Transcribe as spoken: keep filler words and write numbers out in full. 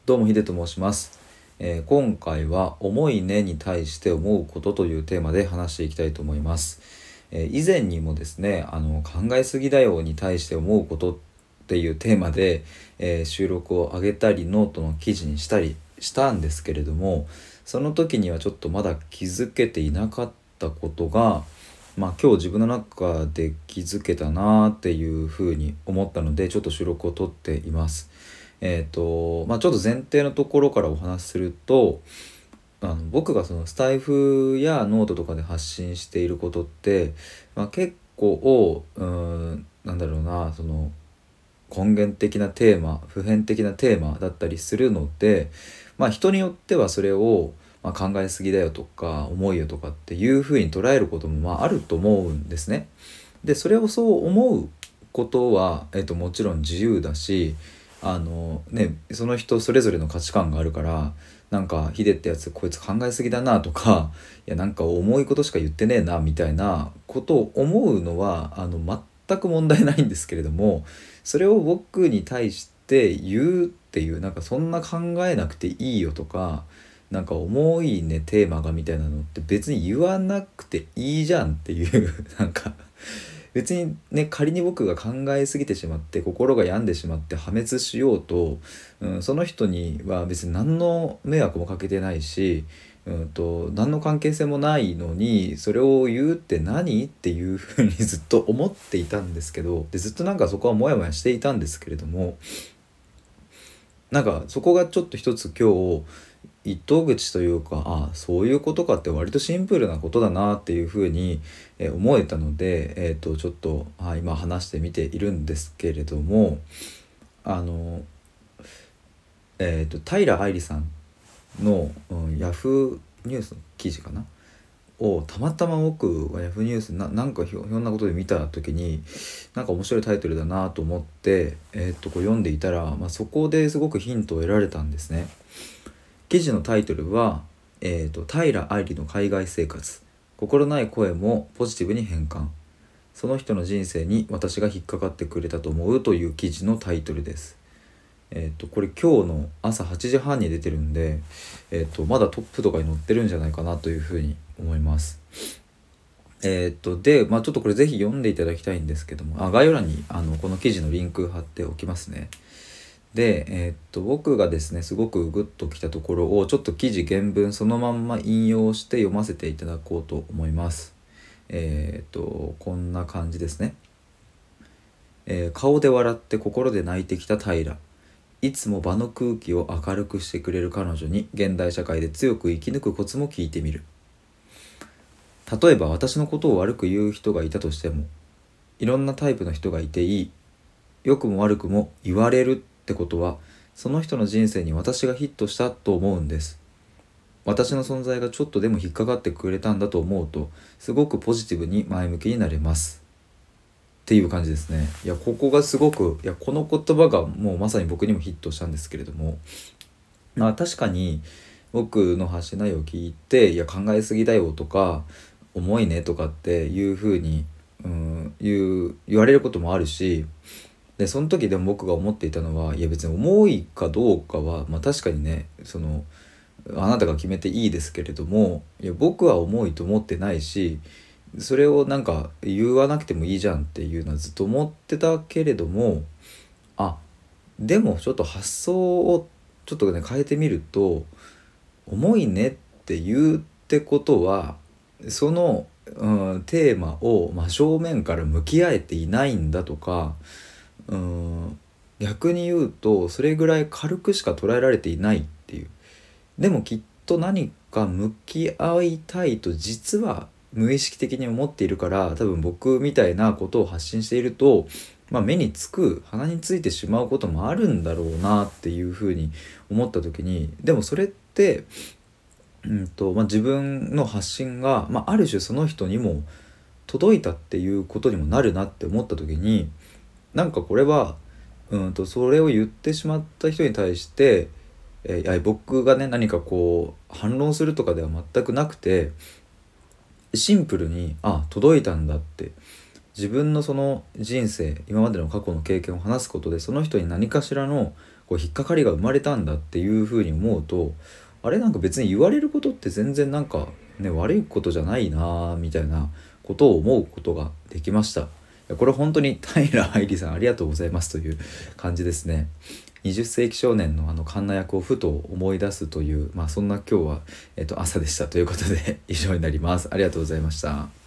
どうもヒデと申します、えー今回は重いねに対して思うことというテーマで話していきたいと思います、えー以前にもですねあの考えすぎだよに対して思うことっていうテーマで、えー収録を上げたりノートの記事にしたりしたんですけれども、その時にはちょっとまだ気づけていなかったことがまあ今日自分の中で気づけたなっていうふうに思ったので、ちょっと収録を撮っています。えっとまあちょっと前提のところからお話しすると、あの僕がそのスタイフやノートとかで発信していることって、まあ、結構うーんなんだろうなその根源的なテーマ普遍的なテーマだったりするので、まあ人によってはそれを、まあ、考えすぎだよとか重いよとかっていうふうに捉えることもまああると思うんですね。でそれをそう思うことは、えっと、もちろん自由だし、あのねその人それぞれの価値観があるから、なんかヒデってやつこいつ考えすぎだなとか、いやなんか重いことしか言ってねえなみたいなことを思うのはあの全く問題ないんですけれども、それを僕に対して言うっていう、なんかそんな考えなくていいよとか、なんか重いねテーマがみたいなのって別に言わなくていいじゃんっていうなんか別にね、仮に僕が考えすぎてしまって心が病んでしまって破滅しようと、うん、その人には別に何の迷惑もかけてないし、うんと何の関係性もないのにそれを言うって何っていうふうにずっと思っていたんですけど、でずっとなんかそこはモヤモヤしていたんですけれども、なんかそこがちょっと一つ今日糸口というか、あそういうことかって割とシンプルなことだなっていうふうにえー思えたので、えー、とちょっと、はい、今話してみているんですけれども、あの、えー、と平愛理さんの、うん、ヤフーニュースの記事かなをたまたま僕はヤフーニュースななんかひょひょんなことで見た時に、なんか面白いタイトルだなと思って、えー、とこう読んでいたら、まあ、そこですごくヒントを得られたんですね。記事のタイトルは、えーと平愛理の海外生活、心ない声もポジティブに変換、その人の人生に私が引っかかってくれたと思うという記事のタイトルです。えっ、とこれ今日の朝はちじはんに出てるんで、えっ、とまだトップとかに載ってるんじゃないかなというふうに思います。えっ、とで、まあちょっとこれぜひ読んでいただきたいんですけども、あ概要欄にあのこの記事のリンク貼っておきますね。で、えっと僕がですねすごくグッときたところをちょっと記事原文そのまんま引用して読ませていただこうと思います。えっとこんな感じですね。えー顔で笑って心で泣いてきた平、いつも場の空気を明るくしてくれる彼女に現代社会で強く生き抜くコツも聞いてみる。例えば私のことを悪く言う人がいたとしても、いろんなタイプの人がいていい、良くも悪くも言われるってことは、その人の人生に私がヒットしたと思うんです。私の存在がちょっとでも引っかかってくれたんだと思うと、すごくポジティブに前向きになれますっていう感じですね。いやここがすごく、いやこの言葉がもうまさに僕にもヒットしたんですけれども、まあ確かに僕の発信内容を聞いて、いや考えすぎだよとか重いねとかっていう風に、うん、言う言われることもあるし、でその時でも僕が思っていたのは、いや別に重いかどうかは、まあ、確かにねそのあなたが決めていいですけれども、いや僕は重いと思ってないし、それをなんか言わなくてもいいじゃんっていうのはずっと思ってたけれども、あでもちょっと発想をちょっとね変えてみると、重いねって言うってことはその、うん、テーマを真正面から向き合えていないんだとか、うん、逆に言うとそれぐらい軽くしか捉えられていないっていう。でもきっと何か向き合いたいと実は無意識的に思っているから、多分僕みたいなことを発信していると、まあ、目につく鼻についてしまうこともあるんだろうなっていうふうに思った時に、でもそれって、うんとまあ、自分の発信が、まあ、ある種その人にも届いたっていうことにもなるなって思った時に、なんかこれはうんとそれを言ってしまった人に対して、えーいや僕がね何かこう反論するとかでは全くなくて、シンプルにあ届いたんだって、自分のその人生今までの過去の経験を話すことでその人に何かしらのこう引っかかりが生まれたんだっていうふうに思うと、あれなんか別に言われることって全然なんかね悪いことじゃないなみたいなことを思うことができました。いやこれ本当に平愛理さんありがとうございますという感じですね。はたち世紀少年のあのカンナ役をふと思い出すという、まあそんな今日は、えっと、朝でしたということで以上になります。ありがとうございました。